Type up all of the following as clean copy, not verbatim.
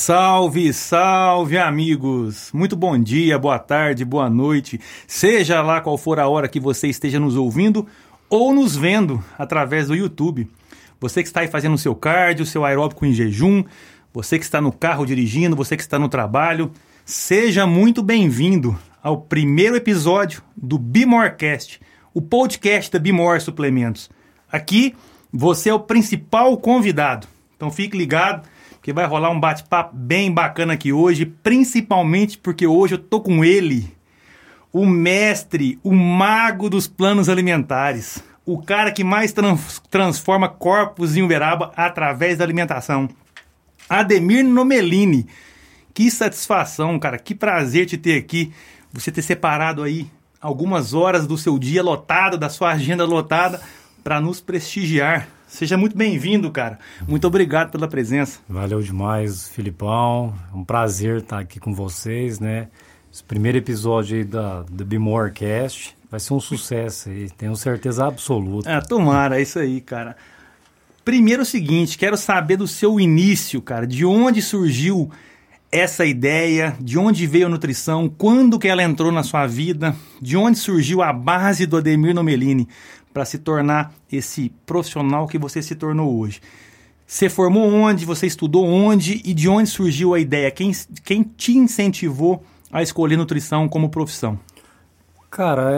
Salve, salve, amigos! Muito bom dia, boa tarde, boa noite, seja lá qual for a hora que você esteja nos ouvindo ou nos vendo através do YouTube. Você que está aí fazendo o seu cardio, o seu aeróbico em jejum, você que está no carro dirigindo, você que está no trabalho, seja muito bem-vindo ao primeiro episódio do BeMoreCast, o podcast da BeMore Suplementos. Aqui, você é o principal convidado, então fique ligado, que vai rolar um bate-papo bem bacana aqui hoje, principalmente porque hoje eu tô com ele, o mestre, o mago dos planos alimentares, o cara que mais transforma corpos em Uberaba através da alimentação, Ademir Nomelini. Que satisfação, cara, que prazer te ter aqui, você ter separado aí algumas horas do seu dia lotado, da sua agenda lotada, para nos prestigiar. Seja muito bem-vindo, cara. Muito obrigado pela presença. Valeu demais, Filipão. É um prazer estar aqui com vocês, né? Esse primeiro episódio aí da BeMoreCast vai ser um sucesso aí, tenho certeza absoluta. Tomara, é isso aí, cara. Primeiro é o seguinte, quero saber do seu início, cara. De onde surgiu essa ideia? De onde veio a nutrição? Quando que ela entrou na sua vida? De onde surgiu a base do Ademir Nomelini para se tornar esse profissional que você se tornou hoje? Você formou onde? Você estudou onde? E de onde surgiu a ideia? Quem te incentivou a escolher nutrição como profissão? Cara,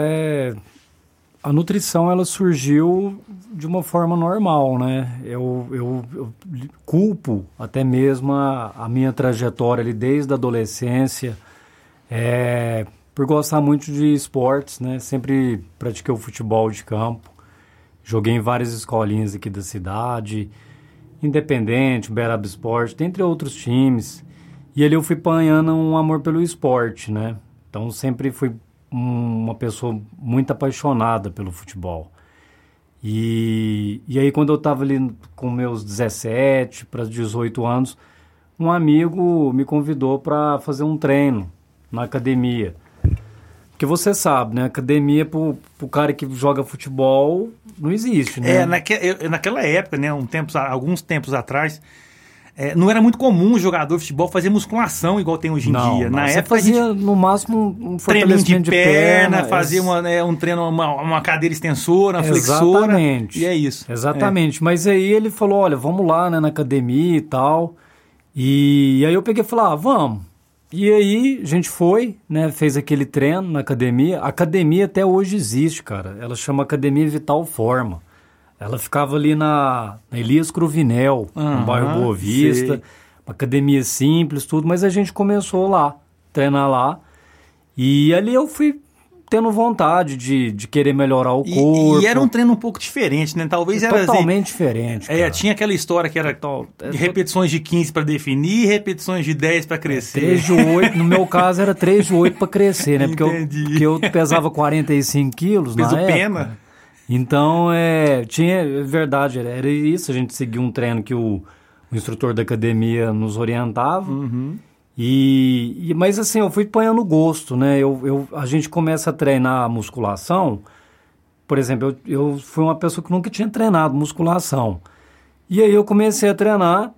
a nutrição ela surgiu de uma forma normal, né? Eu culpo até mesmo a minha trajetória ali desde a adolescência, por gostar muito de esportes, né? Sempre pratiquei o futebol de campo, joguei em várias escolinhas aqui da cidade, Independente, Uberaba Esporte, dentre outros times. E ali eu fui apanhando um amor pelo esporte, né? Então sempre fui uma pessoa muito apaixonada pelo futebol. E aí quando eu estava ali com meus 17 para 18 anos, um amigo me convidou para fazer um treino na academia. Porque você sabe, né? Academia pro cara que joga futebol não existe, né? Naquela época, né? Alguns tempos atrás, não era muito comum o jogador de futebol fazer musculação igual tem hoje em dia. Na época fazia no máximo um fortalecimento de perna, fazia um treino, uma cadeira extensora, uma flexora. Exatamente. E é isso. Exatamente. Mas aí ele falou, olha, vamos lá, né, na academia e tal. E aí eu peguei e falei, vamos. E aí a gente foi, né, fez aquele treino na academia. A academia até hoje existe, cara. Ela chama Academia Vital Forma. Ela ficava ali na Elias Cruvinel, no bairro Boa Vista. Sei. Uma academia simples, tudo. Mas a gente começou lá, treinar lá. E ali eu fui tendo vontade de querer melhorar o corpo. E era um treino um pouco diferente, né? Talvez era totalmente diferente, cara. Tinha aquela história que era de repetições de 15 para definir, repetições de 10 para crescer. 3 de 8, no meu caso era 3 de 8 para crescer, né? Porque eu pesava 45 quilos na época. Pena. Então, verdade, era isso. A gente seguia um treino que o instrutor da academia nos orientava. Uhum. Mas assim, eu fui apanhando gosto, né? A gente começa a treinar a musculação. Por exemplo, eu fui uma pessoa que nunca tinha treinado musculação. E aí eu comecei a treinar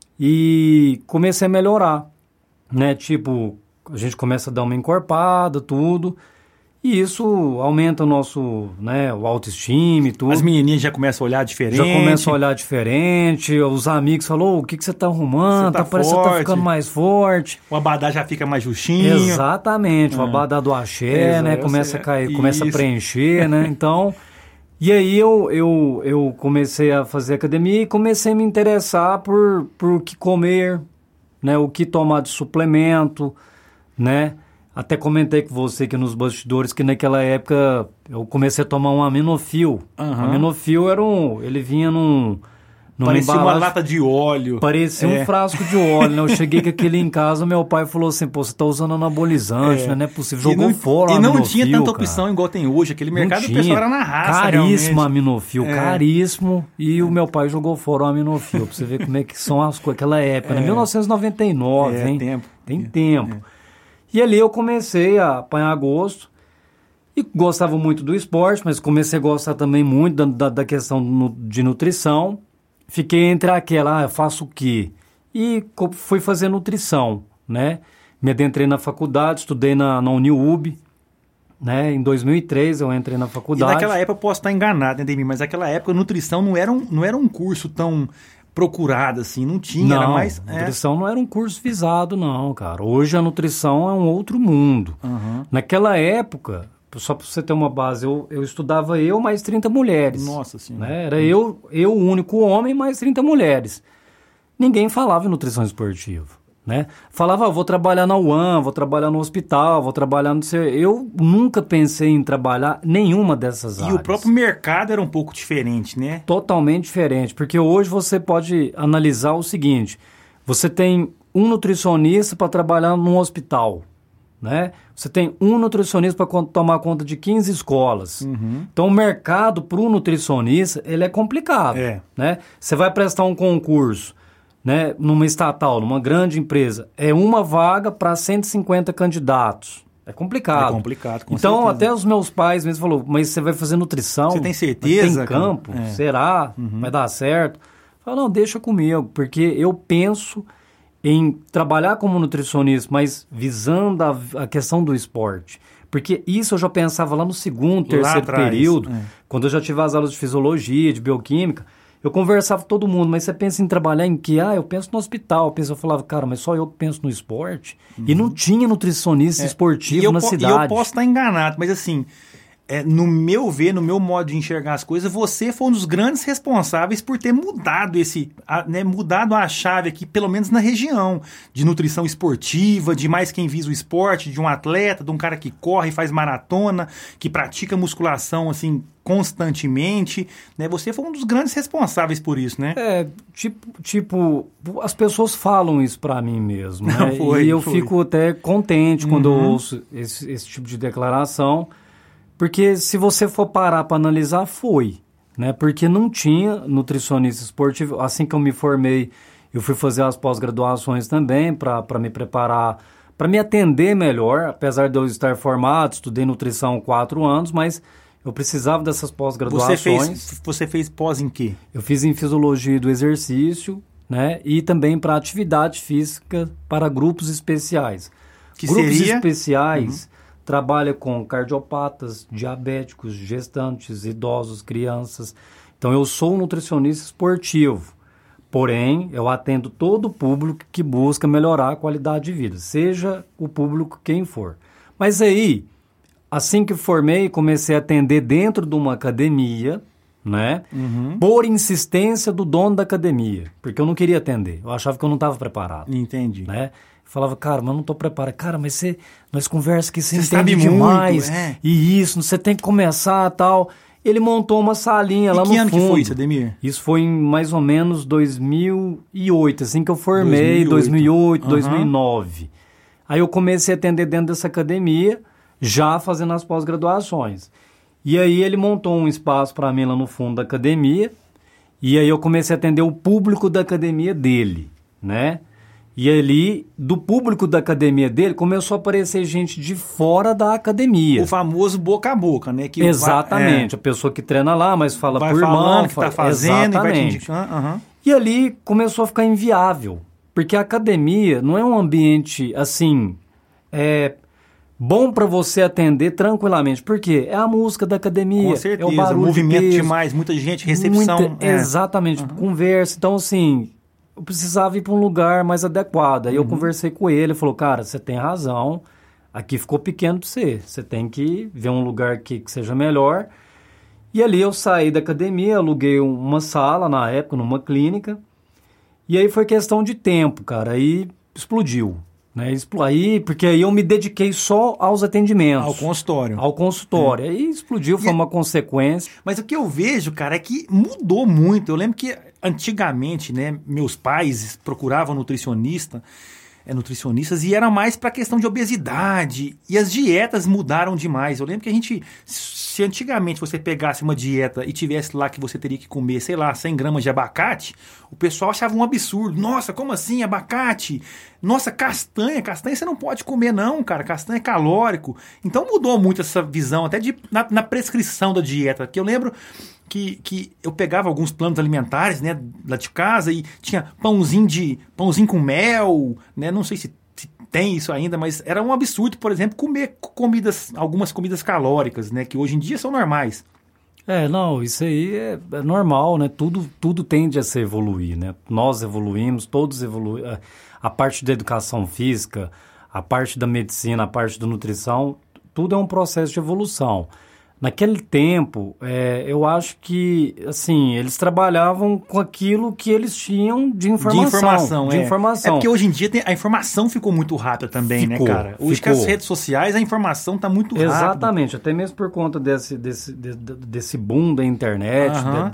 e comecei a melhorar, né? Tipo, a gente começa a dar uma encorpada, tudo. E isso aumenta o nosso, né, o autoestima e tudo. As menininhas já começam a olhar diferente. Já começam a olhar diferente. Os amigos falam, o que você tá arrumando? Parece que você tá ficando mais forte. O abadá já fica mais justinho. Exatamente. O abadá do axé, né? Começa a cair, começa a preencher, né? Então, e aí eu comecei a fazer academia e comecei a me interessar por o que comer, né? O que tomar de suplemento, né? Até comentei com você aqui nos bastidores que naquela época eu comecei a tomar um Aminofil. Uhum. O Aminofil ele vinha numa parecia embalagem, uma lata de óleo. Parecia um frasco de óleo, né? Eu cheguei com aquele em casa, meu pai falou assim, você tá usando anabolizante, né? Não é possível. Jogou fora o Aminofil, E não tinha tanta opção igual tem hoje. Aquele mercado o pessoal era na raça, caríssimo Aminofil, caríssimo. E o meu pai jogou fora o Aminofil, pra você ver como é que são as coisas. Aquela época, né? 1999, hein? Tem tempo. E ali eu comecei a apanhar gosto e gostava muito do esporte, mas comecei a gostar também muito da questão de nutrição. Fiquei entre aquela, eu faço o quê? e fui fazer nutrição, né? Me adentrei na faculdade, estudei na Uniub, né? Em 2003 eu entrei na faculdade. E naquela época eu posso estar enganado, né, Demir? Mas naquela época nutrição não era um curso tão procurado assim, não tinha, não, era mais... Nutrição não era um curso visado, não, cara. Hoje a nutrição é um outro mundo. Naquela época, só para você ter uma base, eu estudava mais 30 mulheres. Nossa Senhora. Né? Era eu o único homem, mais 30 mulheres. Ninguém falava em nutrição esportiva. Né? Falava, vou trabalhar na UAM, vou trabalhar no hospital, vou trabalhar no... Eu nunca pensei em trabalhar nenhuma dessas áreas. E o próprio mercado era um pouco diferente, né? Totalmente diferente, porque hoje você pode analisar o seguinte, você tem um nutricionista para trabalhar num hospital, né? Você tem um nutricionista para tomar conta de 15 escolas. Então o mercado para o nutricionista, ele é complicado, né? Você vai prestar um concurso, né, numa estatal, numa grande empresa, é uma vaga para 150 candidatos. É complicado. É complicado, com então, certeza. até os meus pais mesmo falaram, mas você vai fazer nutrição? Você tem certeza? Tem campo? Será? Vai dar certo? Eu falo, não, deixa comigo, porque eu penso em trabalhar como nutricionista, mas visando a questão do esporte. Porque isso eu já pensava lá no segundo, terceiro período, quando eu já tive as aulas de fisiologia, de bioquímica. Eu conversava com todo mundo, mas você pensa em trabalhar em quê? Eu penso no hospital. Eu falava, cara, mas só eu que penso no esporte? E não tinha nutricionista esportivo na cidade. E eu posso estar enganado, mas assim, no meu ver, no meu modo de enxergar as coisas, você foi um dos grandes responsáveis por ter mudado mudado a chave aqui, pelo menos na região, de nutrição esportiva, de mais quem visa o esporte, de um atleta, de um cara que corre, faz maratona, que pratica musculação, assim, constantemente, né? Você foi um dos grandes responsáveis por isso, né? As pessoas falam isso pra mim mesmo, né? E eu fico até contente quando eu ouço esse tipo de declaração, porque se você for parar para analisar, né? Porque não tinha nutricionista esportivo. Assim que eu me formei, eu fui fazer as pós-graduações também para me preparar, para me atender melhor, apesar de eu estar formado, estudei nutrição 4 anos, mas eu precisava dessas pós-graduações. Você fez pós em quê? Eu fiz em fisiologia do exercício, né? E também para atividade física para grupos especiais. Grupos especiais trabalham com cardiopatas, diabéticos, gestantes, idosos, crianças. Então eu sou um nutricionista esportivo. Porém, eu atendo todo o público que busca melhorar a qualidade de vida, seja o público quem for. Mas aí, assim que formei, comecei a atender dentro de uma academia, né? Por insistência do dono da academia, porque eu não queria atender. Eu achava que eu não estava preparado. Entendi. Né? Falava, cara, mas eu não estou preparado. Cara, mas nós conversamos que você entende demais. Muito, E isso, você tem que começar e tal. Ele montou uma salinha lá no fundo. Que ano que foi isso, Ademir? Isso foi em mais ou menos 2008, assim que eu formei, 2008, 2009. Aí eu comecei a atender dentro dessa academia, já fazendo as pós-graduações. E aí ele montou um espaço para mim lá no fundo da academia, e aí eu comecei a atender o público da academia dele, né? E ali, do público da academia dele, começou a aparecer gente de fora da academia. O famoso boca a boca, né? Que exatamente, a pessoa que treina lá, mas fala por irmão. Que tá fazendo e vai te indicando. E ali começou a ficar inviável, porque a academia não é um ambiente, assim, bom para você atender tranquilamente. Por quê? É a música da academia. Com certeza, é o barulho movimento de peso, demais, muita gente, recepção. Exatamente, conversa. Então, assim, eu precisava ir para um lugar mais adequado. Aí eu conversei com ele, ele falou, cara, você tem razão, aqui ficou pequeno para você. Você tem que ver um lugar que seja melhor. E ali eu saí da academia, aluguei uma sala na época, numa clínica. E aí foi questão de tempo, cara. Aí explodiu. Né? Porque aí eu me dediquei só aos atendimentos. Ao consultório. Aí explodiu, foi uma consequência. Mas o que eu vejo, cara, é que mudou muito. Eu lembro que antigamente, né, meus pais procuravam nutricionistas e era mais para questão de obesidade. E as dietas mudaram demais. Eu lembro que a gente, se se antigamente você pegasse uma dieta e tivesse lá que você teria que comer, sei lá, 100 gramas de abacate, o pessoal achava um absurdo. Nossa, como assim abacate? Nossa, castanha você não pode comer não, cara, castanha é calórico. Então mudou muito essa visão, até na prescrição da dieta, porque eu lembro que eu pegava alguns planos alimentares, né, lá de casa e tinha pãozinho com mel, né, não sei se tem isso ainda, mas era um absurdo, por exemplo, comer algumas comidas calóricas, né, que hoje em dia são normais. Não, isso aí é normal, né? Tudo tende a se evoluir, né? Nós evoluímos, todos evoluem. A parte da educação física, a parte da medicina, a parte da nutrição, tudo é um processo de evolução. Naquele tempo, eu acho que, assim, eles trabalhavam com aquilo que eles tinham de informação. De informação. É porque hoje em dia a informação ficou muito rápida também, né, cara? Hoje com as redes sociais a informação está muito rápida. Exatamente, até mesmo por conta desse boom da internet,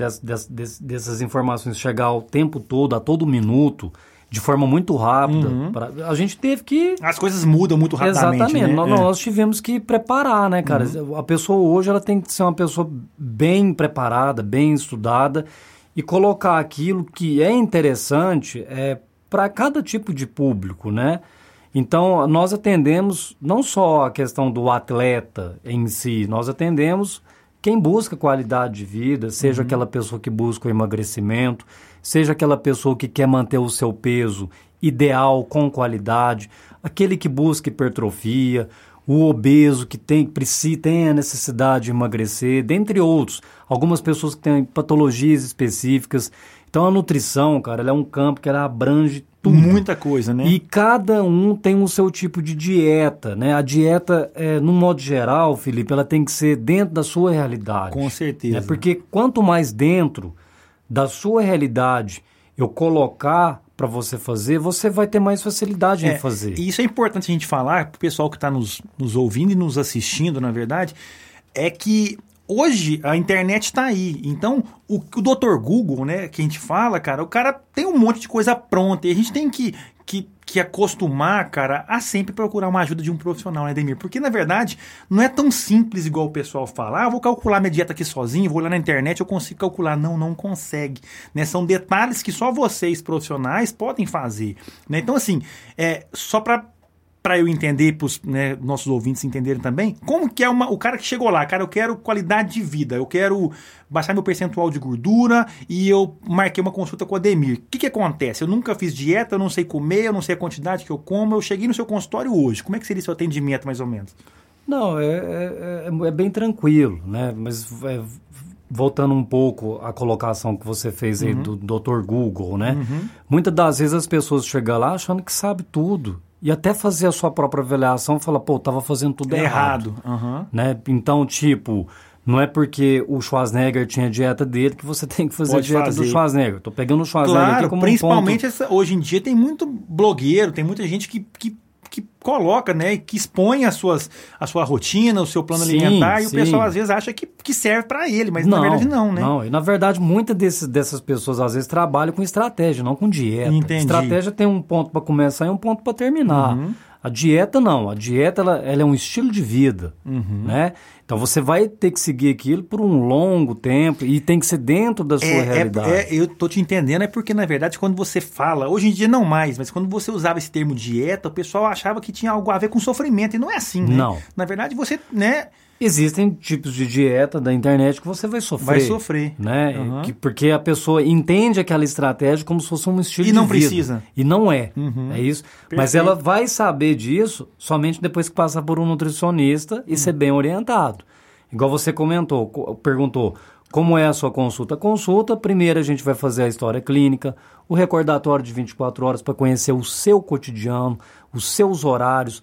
dessas informações chegar o tempo todo, a todo minuto, de forma muito rápida. A gente teve que... As coisas mudam muito rapidamente. Exatamente. Né? Nós tivemos que preparar, né, cara? A pessoa hoje ela tem que ser uma pessoa bem preparada, bem estudada e colocar aquilo que é interessante para cada tipo de público, né? Então, nós atendemos não só a questão do atleta em si, nós atendemos quem busca qualidade de vida, seja aquela pessoa que busca o emagrecimento, seja aquela pessoa que quer manter o seu peso ideal, com qualidade, aquele que busca hipertrofia, o obeso que tem a necessidade de emagrecer, dentre outros. Algumas pessoas que têm patologias específicas. Então a nutrição, cara, ela é um campo que ela abrange tudo. Muita coisa, né? E cada um tem o seu tipo de dieta, né? A dieta, no modo geral, Felipe, ela tem que ser dentro da sua realidade. Com certeza. Né? Porque quanto mais dentro da sua realidade eu colocar para você fazer, você vai ter mais facilidade em fazer. E isso é importante a gente falar para o pessoal que está nos ouvindo e nos assistindo, na verdade, é que hoje a internet está aí. Então, o Dr. Google, né, que a gente fala, cara, o cara tem um monte de coisa pronta e a gente tem que acostumar, cara, a sempre procurar uma ajuda de um profissional, né, Ademir? Porque, na verdade, não é tão simples igual o pessoal fala. Eu vou calcular minha dieta aqui sozinho, vou olhar na internet, eu consigo calcular. Não consegue. Né? São detalhes que só vocês, profissionais, podem fazer. Né? Então, assim, só para eu entender, para os nossos ouvintes entenderem também, como que é o cara que chegou lá, cara, eu quero qualidade de vida, eu quero baixar meu percentual de gordura e eu marquei uma consulta com o Ademir. O que acontece? Eu nunca fiz dieta, eu não sei comer, eu não sei a quantidade que eu como, eu cheguei no seu consultório hoje. Como é que seria seu atendimento, mais ou menos? Não, é bem tranquilo, né? Mas voltando um pouco à colocação que você fez aí do Dr. Google, né? Muitas das vezes as pessoas chegam lá achando que sabe tudo. E até fazer a sua própria avaliação e falar, tava fazendo tudo errado. Né? Então, tipo, não é porque o Schwarzenegger tinha a dieta dele que você tem que fazer a dieta do Schwarzenegger. Tô pegando o Schwarzenegger aqui como principalmente um ponto. Hoje em dia tem muito blogueiro, tem muita gente que coloca, né, que expõe a sua rotina, o seu plano alimentar, e o pessoal às vezes acha que serve para ele, mas na verdade não, né? Não, e na verdade muitas dessas pessoas às vezes trabalham com estratégia, não com dieta. Entendi. Estratégia tem um ponto para começar e um ponto para terminar. A dieta não, a dieta ela é um estilo de vida, né? Então você vai ter que seguir aquilo por um longo tempo e tem que ser dentro da sua realidade. Eu tô te entendendo, é porque na verdade quando você fala, hoje em dia não mais, mas quando você usava esse termo dieta, o pessoal achava que tinha algo a ver com sofrimento e não é assim, né? Não. Na verdade você, né... Existem tipos de dieta da internet que você vai sofrer. Vai sofrer. Né? Porque a pessoa entende aquela estratégia como se fosse um estilo de vida. E não precisa. E não é. É isso. Perfeito. Mas ela vai saber disso somente depois que passar por um nutricionista e ser bem orientado. Igual você perguntou, como é a sua consulta? A consulta, primeiro a gente vai fazer a história clínica, o recordatório de 24 horas para conhecer o seu cotidiano, os seus horários,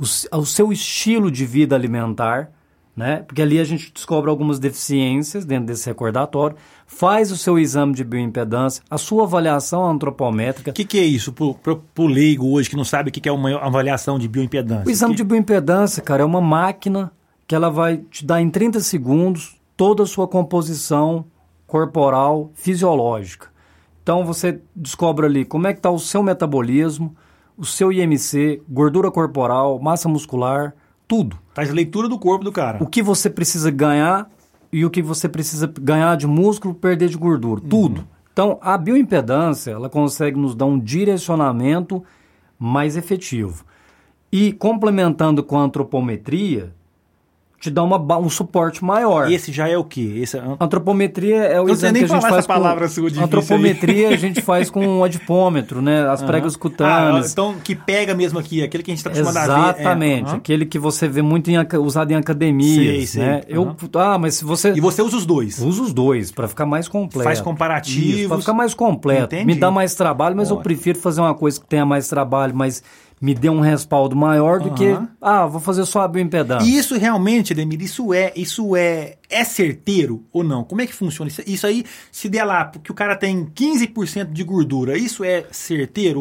o seu estilo de vida alimentar, né? Porque ali a gente descobre algumas deficiências dentro desse recordatório, faz o seu exame de bioimpedância, a sua avaliação antropométrica. O que é isso pro leigo hoje que não sabe o que é uma avaliação de bioimpedância? O exame de bioimpedância, cara, é uma máquina que ela vai te dar em 30 segundos toda a sua composição corporal fisiológica. Então você descobre ali como é que está o seu metabolismo, o seu IMC, gordura corporal, massa muscular, tudo. Faz leitura do corpo do cara. O que você precisa ganhar e o que você precisa ganhar de músculo, perder de gordura, tudo. Então, a bioimpedância, ela consegue nos dar um direcionamento mais efetivo. E complementando com a antropometria, te dá um suporte maior. E esse já é o quê? Antropometria é o exame que a gente faz essa palavra sua difícil antropometria a gente faz com um adipômetro, né? As pregas cutâneas. Então, que pega mesmo aqui, aquele que a gente está acostumado a ver. Exatamente, aquele que você vê muito usado em academias, sei. né? Mas se você... E você usa os dois? Uso os dois, para ficar mais completo. Faz comparativos. Para ficar mais completo. Entendi. Me dá mais trabalho, mas eu prefiro fazer uma coisa que tenha mais trabalho, mas me dê um respaldo maior do que, vou fazer só a bioimpedância. E isso realmente, Ademir, isso é certeiro ou não? Como é que funciona? Isso aí, se der lá, porque o cara tem 15% de gordura, isso é certeiro?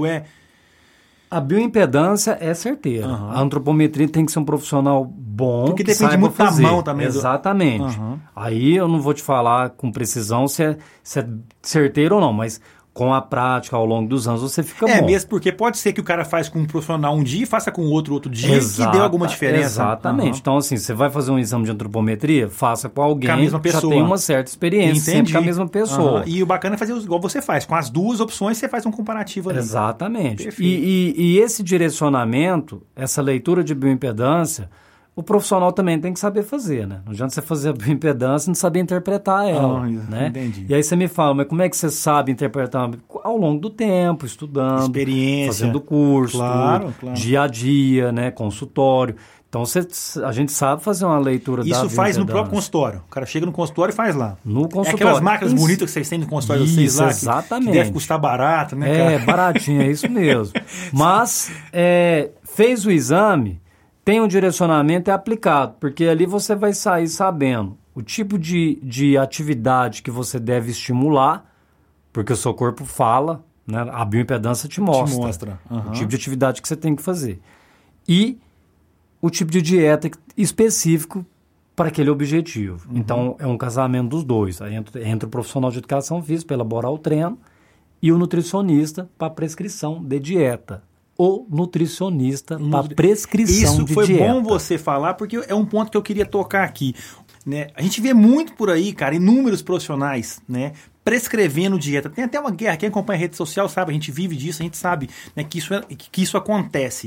A bioimpedância é certeira. A antropometria tem que ser um profissional bom, porque que depende muito fazer. da mão também. Exatamente. Aí eu não vou te falar com precisão se é certeiro ou não, mas com a prática, ao longo dos anos, você fica bom. Mesmo porque pode ser que o cara faz com um profissional um dia e faça com outro dia, que deu alguma diferença. Exatamente. Então, assim, você vai fazer um exame de antropometria, faça com alguém com a mesma pessoa. Que já tem uma certa experiência, sempre com a mesma pessoa. E o bacana é fazer igual você faz. Com as duas opções, você faz um comparativo ali. Exatamente. E esse direcionamento, essa leitura de bioimpedância, o profissional também tem que saber fazer, né? Não adianta você fazer a bioimpedância e não saber interpretar ela, né? Entendi. E aí você me fala, mas como é que você sabe interpretar? Ao longo do tempo, estudando, experiência, fazendo curso, claro. dia a dia, né? Consultório. Então, a gente sabe fazer uma leitura da Isso faz no próprio consultório. O cara chega no consultório e faz lá. No consultório. É aquelas máquinas bonitas que vocês têm no consultório de vocês lá. Exatamente. Que deve custar barato, né, cara? Baratinho, é isso mesmo. Mas, fez o exame, tem um direcionamento, é aplicado, porque ali você vai sair sabendo o tipo de atividade que você deve estimular, porque o seu corpo fala, né? A bioimpedância te mostra. O tipo de atividade que você tem que fazer. E o tipo de dieta específico para aquele objetivo. Então, é um casamento dos dois. Aí entra o profissional de educação física para elaborar o treino e o nutricionista para prescrição de dieta. O nutricionista para prescrição de dieta. Isso foi bom você falar, porque é um ponto que eu queria tocar aqui, né? A gente vê muito por aí, cara, inúmeros profissionais, né, prescrevendo dieta. Tem até uma guerra, quem acompanha a rede social sabe, a gente vive disso, a gente sabe, né, que isso acontece.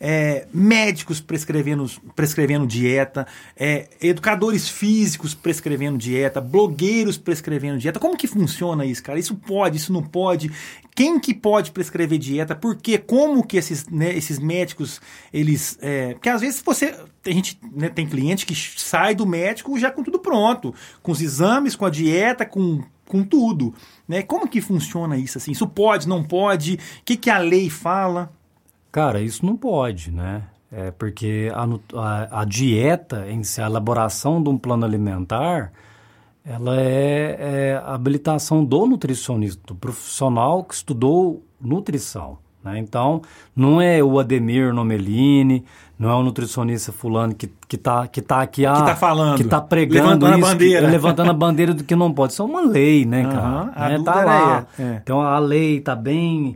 Médicos prescrevendo dieta, educadores físicos prescrevendo dieta, blogueiros prescrevendo dieta. Como que funciona isso, cara? Isso pode, isso não pode? Quem que pode prescrever dieta? Por quê? Como que esses médicos, eles... porque às vezes a gente, né, tem cliente que sai do médico já com tudo pronto, com os exames, com a dieta, com tudo, né? Como que funciona isso assim? Isso pode, não pode? O que a lei fala? Cara, isso não pode, né? Porque a dieta em si, a elaboração de um plano alimentar, ela é a habilitação do nutricionista, do profissional que estudou nutrição, né? Então, não é o Ademir Nomelini, não é o nutricionista fulano que tá aqui, que tá falando, que tá pregando levantando a bandeira do que não pode. Isso é uma lei, né, cara? Tá lá. Então, a lei tá bem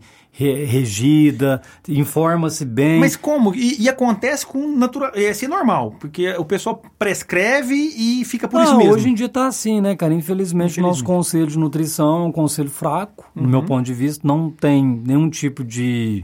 regida, informa-se bem. Mas como? E acontece com é normal, porque o pessoal prescreve e fica por isso mesmo. Hoje em dia tá assim, né, cara? Infelizmente, o nosso conselho de nutrição é um conselho fraco, no meu ponto de vista, não tem nenhum tipo de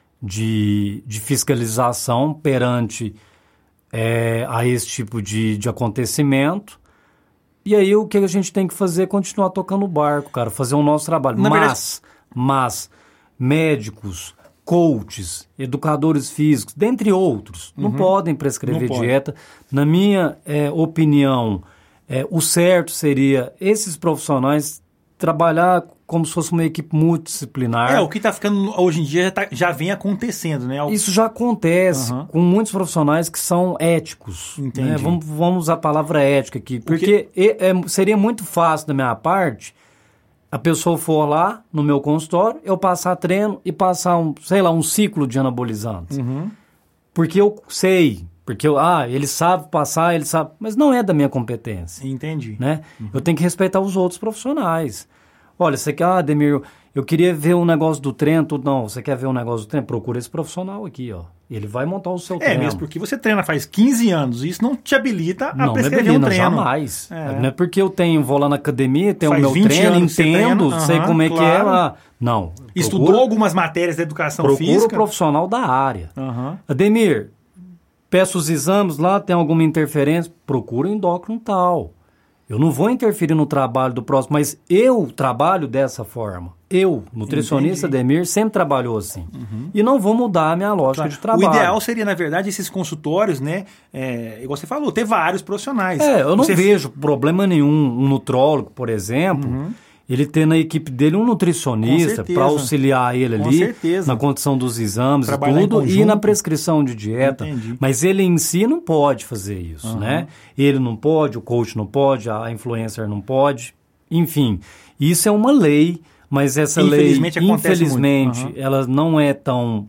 fiscalização perante a esse tipo de acontecimento. E aí o que a gente tem que fazer é continuar tocando o barco, cara, fazer o nosso trabalho. Mas médicos, coaches, educadores físicos, dentre outros, não podem prescrever dieta. Na minha opinião, o certo seria esses profissionais trabalhar como se fosse uma equipe multidisciplinar. O que está ficando hoje em dia já vem acontecendo, né? Isso já acontece com muitos profissionais que são éticos. Entendi. Né? Vamos usar a palavra ética aqui, porque seria muito fácil da minha parte a pessoa for lá no meu consultório, eu passar treino e passar um ciclo de anabolizantes. Porque eu sei, porque ele sabe passar, ele sabe, mas não é da minha competência. Entendi. Né? Eu tenho que respeitar os outros profissionais. Olha, você quer, Ademir, eu queria ver um negócio do treino, tudo. Não, você quer ver um negócio do treino? Procura esse profissional aqui, ó. Ele vai montar o seu treino. Mesmo porque você treina faz 15 anos, isso não te habilita a prescrever um treino. Jamais. Não é porque eu vou lá na academia, tenho o meu treino, entendo, sei como é que é lá. Não. Estudou algumas matérias da educação física? Procura o profissional da área. Ademir, peço os exames lá, tem alguma interferência? Procura o endócrino tal. Eu não vou interferir no trabalho do próximo, mas eu trabalho dessa forma. Eu, nutricionista Ademir, sempre trabalhou assim. E não vou mudar a minha lógica de trabalho. O ideal seria, na verdade, esses consultórios, né? Igual você falou, ter vários profissionais. Eu não vejo problema nenhum. Um nutrólogo, por exemplo, ele ter na equipe dele um nutricionista para auxiliar ele ali na condição dos exames e tudo, e na prescrição de dieta. Mas ele em si não pode fazer isso, né? Ele não pode, o coach não pode, a influencer não pode. Enfim, isso é uma lei, mas essa lei, infelizmente, ela não é tão...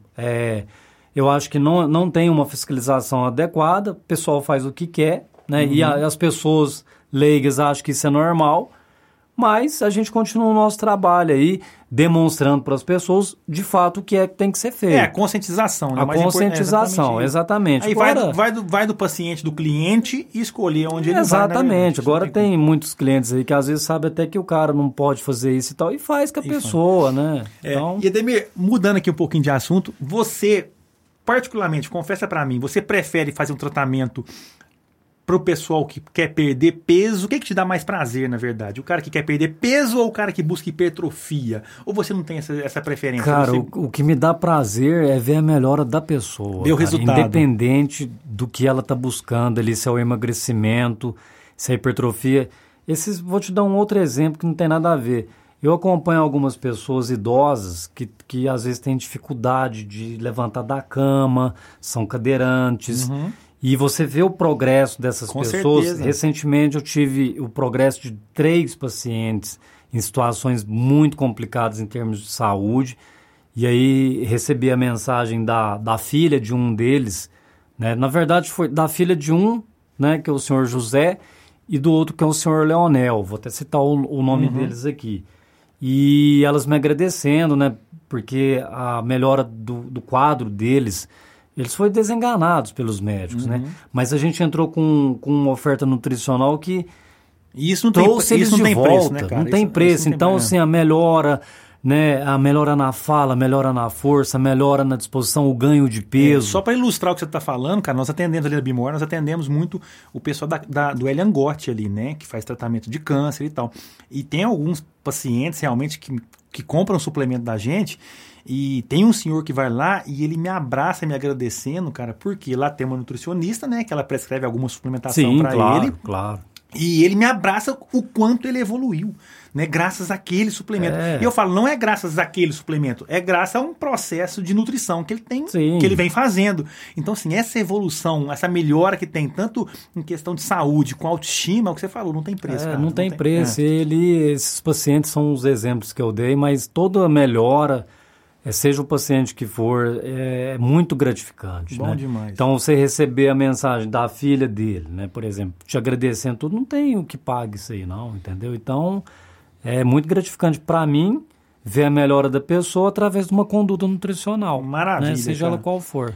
eu acho que não tem uma fiscalização adequada, o pessoal faz o que quer, né? E as pessoas leigas acham que isso é normal. Mas a gente continua o nosso trabalho aí, demonstrando para as pessoas, de fato, o que é que tem que ser feito. A conscientização, né? A conscientização, exatamente. Aí agora, vai do paciente, do cliente, escolher onde ele vai. Exatamente. Agora tem muitos clientes aí que às vezes sabem até que o cara não pode fazer isso e tal, e faz com a pessoa, né? Então... E Ademir, mudando aqui um pouquinho de assunto, você, particularmente, confessa para mim, você prefere fazer um tratamento para o pessoal que quer perder peso? O que te dá mais prazer, na verdade? O cara que quer perder peso ou o cara que busca hipertrofia? Ou você não tem essa preferência? Cara, o que me dá prazer é ver a melhora da pessoa. Deu resultado. Independente do que ela está buscando ali, se é o emagrecimento, se é a hipertrofia. Vou te dar um outro exemplo que não tem nada a ver. Eu acompanho algumas pessoas idosas que às vezes têm dificuldade de levantar da cama, são cadeirantes. E você vê o progresso dessas pessoas. Certeza. Recentemente eu tive o progresso de 3 pacientes em situações muito complicadas em termos de saúde. E aí recebi a mensagem da filha de um deles, né? Na verdade foi da filha de um, né, que é o senhor José, e do outro que é o senhor Leonel. Vou até citar o nome deles aqui. E elas me agradecendo, né, porque a melhora do quadro deles... Eles foram desenganados pelos médicos, né? Mas a gente entrou com uma oferta nutricional que trouxe eles de volta. Preço, né, cara? Não tem preço. Então, assim, a melhora, né? A melhora na fala, a melhora na força, a melhora na disposição, o ganho de peso. Só para ilustrar o que você está falando, cara, nós atendemos ali na Bimor, nós atendemos muito o pessoal do Elian Gotti ali, né? Que faz tratamento de câncer e tal. E tem alguns pacientes realmente que compram suplemento da gente. E tem um senhor que vai lá e ele me abraça me agradecendo, cara, porque lá tem uma nutricionista, né, que ela prescreve alguma suplementação para ele. Claro. E ele me abraça o quanto ele evoluiu, né, graças àquele suplemento. E eu falo, não é graças àquele suplemento, é graças a um processo de nutrição que ele tem, que ele vem fazendo. Então, assim, essa evolução, essa melhora que tem, tanto em questão de saúde, com autoestima, é o que você falou, não tem preço, cara. Não tem preço. Esses pacientes são os exemplos que eu dei, mas toda melhora... seja o paciente que for, é muito gratificante. Bom, né? Demais. Então, você receber a mensagem da filha dele, né, por exemplo, te agradecendo tudo, não tem o que pague isso aí, não, entendeu? Então, é muito gratificante para mim ver a melhora da pessoa através de uma conduta nutricional. Maravilha, né, seja ela qual for.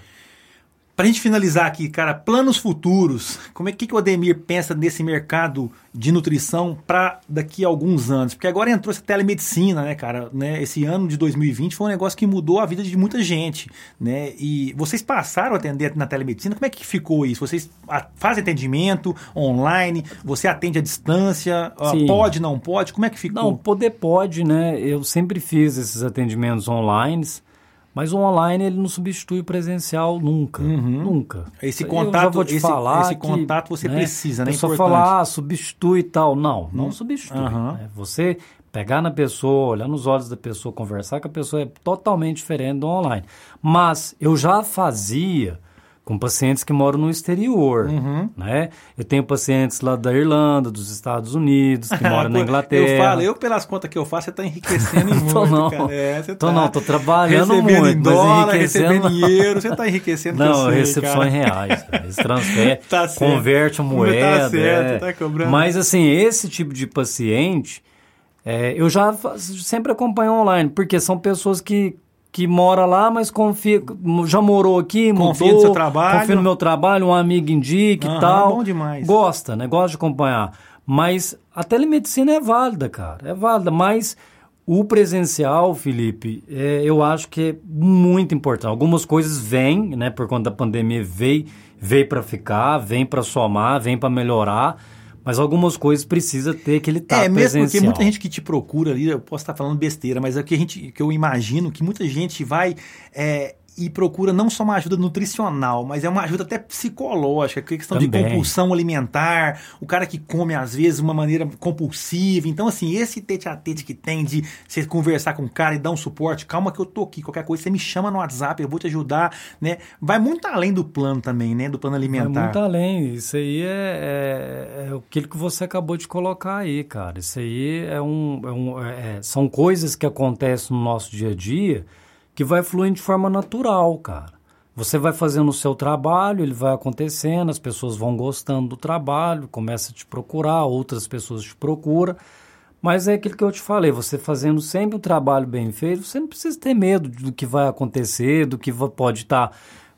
Pra gente finalizar aqui, cara, planos futuros, como é que o Ademir pensa nesse mercado de nutrição para daqui a alguns anos? Porque agora entrou essa telemedicina, né, cara? Né? Esse ano de 2020 foi um negócio que mudou a vida de muita gente, né? E vocês passaram a atender na telemedicina, como é que ficou isso? Vocês fazem atendimento online? Você atende à distância? Pode, não pode? Como é que ficou? Não, poder pode, né? Eu sempre fiz esses atendimentos online. Mas o online ele não substitui o presencial nunca, nunca. Esse contato, contato você precisa, né? É só falar, substitui e tal. Não substitui. Né? Você pegar na pessoa, olhar nos olhos da pessoa, conversar com a pessoa é totalmente diferente do online. Mas eu já fazia com pacientes que moram no exterior, né? Eu tenho pacientes lá da Irlanda, dos Estados Unidos, que moram na Inglaterra. Eu pelas contas que eu faço, você está enriquecendo muito, cara. Tô trabalhando recebendo muito, em dólar, mas recebendo em euro, você está enriquecendo. Não, eu recebo só em reais, cara. Eles transferem, converte a moeda. Tá certo, tá cobrando. Mas assim, esse tipo de paciente, eu já sempre acompanho online, porque são pessoas que que mora lá, mas confia, já morou aqui, confia no seu trabalho. Confia no meu trabalho, um amigo indica e tal. Bom demais. Gosta, né? Gosta de acompanhar. Mas a telemedicina é válida, cara. É válida, mas o presencial, Felipe, eu acho que é muito importante. Algumas coisas vêm, né? Por conta da pandemia, veio para ficar, vem para somar, vem para melhorar. Mas algumas coisas precisa ter aquele tato presencial. Mesmo porque muita gente que te procura ali, eu posso estar falando besteira, mas é que eu imagino que muita gente vai e procura não só uma ajuda nutricional, mas é uma ajuda até psicológica, que é questão Também. de compulsão alimentar, o cara que come às vezes de uma maneira compulsiva. Então assim, esse tete-a-tete que tem de você conversar com o cara e dar um suporte, calma que eu tô aqui, qualquer coisa você me chama no WhatsApp, eu vou te ajudar, né? Vai muito além do plano também, né? Do plano alimentar. Vai muito além, isso aí é aquilo que você acabou de colocar aí, cara. Isso aí são coisas que acontecem no nosso dia a dia que vai fluindo de forma natural, cara. Você vai fazendo o seu trabalho, ele vai acontecendo, as pessoas vão gostando do trabalho, começa a te procurar, outras pessoas te procuram, mas é aquilo que eu te falei, você fazendo sempre um trabalho bem feito, você não precisa ter medo do que vai acontecer, do que pode estar...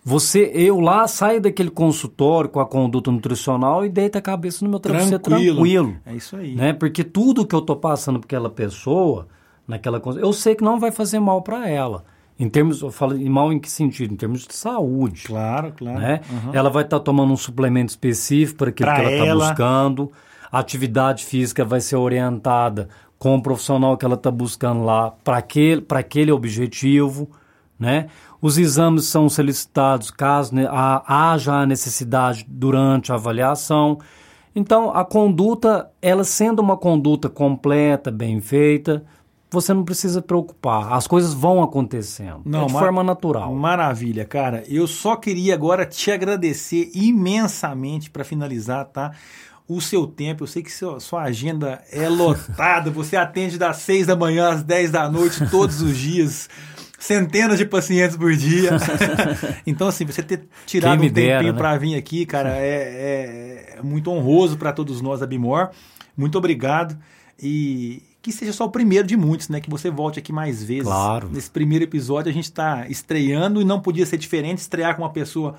Eu lá saio daquele consultório com a conduta nutricional e deito a cabeça no meu travesseiro tranquilo. É isso aí. Né? Porque tudo que eu tô passando por aquela pessoa, eu sei que não vai fazer mal para ela. Eu falo mal em que sentido? Em termos de saúde. Claro. Né? Uhum. Ela vai estar tomando um suplemento específico para aquilo que ela está buscando. A atividade física vai ser orientada com o profissional que ela está buscando lá para aquele objetivo. Né? Os exames são solicitados caso haja a necessidade durante a avaliação. Então, a conduta, ela sendo uma conduta completa, bem feita, você não precisa preocupar. As coisas vão acontecendo de forma natural. Maravilha, cara. Eu só queria agora te agradecer imensamente para finalizar, tá? O seu tempo. Eu sei que sua agenda é lotada. Você atende das 6 da manhã às 10 da noite todos os dias. Centenas de pacientes por dia. Então, assim, você ter tirado um tempinho, né, para vir aqui, cara, é muito honroso para todos nós da Bimor. Muito obrigado. E que seja só o primeiro de muitos, né? Que você volte aqui mais vezes. Claro. Nesse primeiro episódio a gente está estreando e não podia ser diferente, estrear com uma pessoa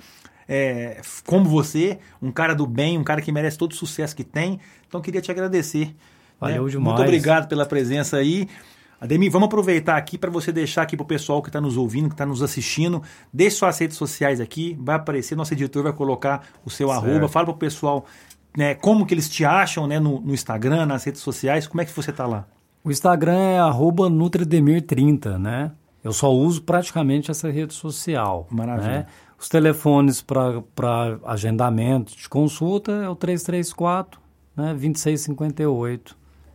como você, um cara do bem, um cara que merece todo o sucesso que tem. Então queria te agradecer. Valeu, né? demais. Muito obrigado pela presença aí. Ademir, vamos aproveitar aqui para você deixar aqui para o pessoal que está nos ouvindo, que está nos assistindo. Deixe suas redes sociais aqui, vai aparecer, nosso editor vai colocar o seu arroba. Fala para o pessoal, né, como que eles te acham, né, no Instagram, nas redes sociais, como é que você está lá? O Instagram é @NutriDemir30, né? Eu só uso praticamente essa rede social. Maravilha. Né? Os telefones para agendamento de consulta é o 334, né, 2658.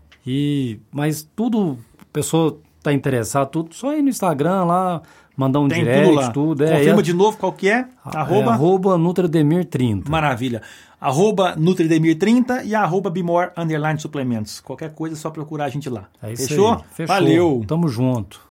Mas tudo, a pessoa está interessada, tudo, só ir no Instagram lá, mandar um direct, tudo. Confirma de novo qual que é? @NutriDemir30. Maravilha. @NutriDemir30 e @Bimor_suplementos. Qualquer coisa é só procurar a gente lá. É isso Fechou? aí. Fechou. Valeu. Tamo junto.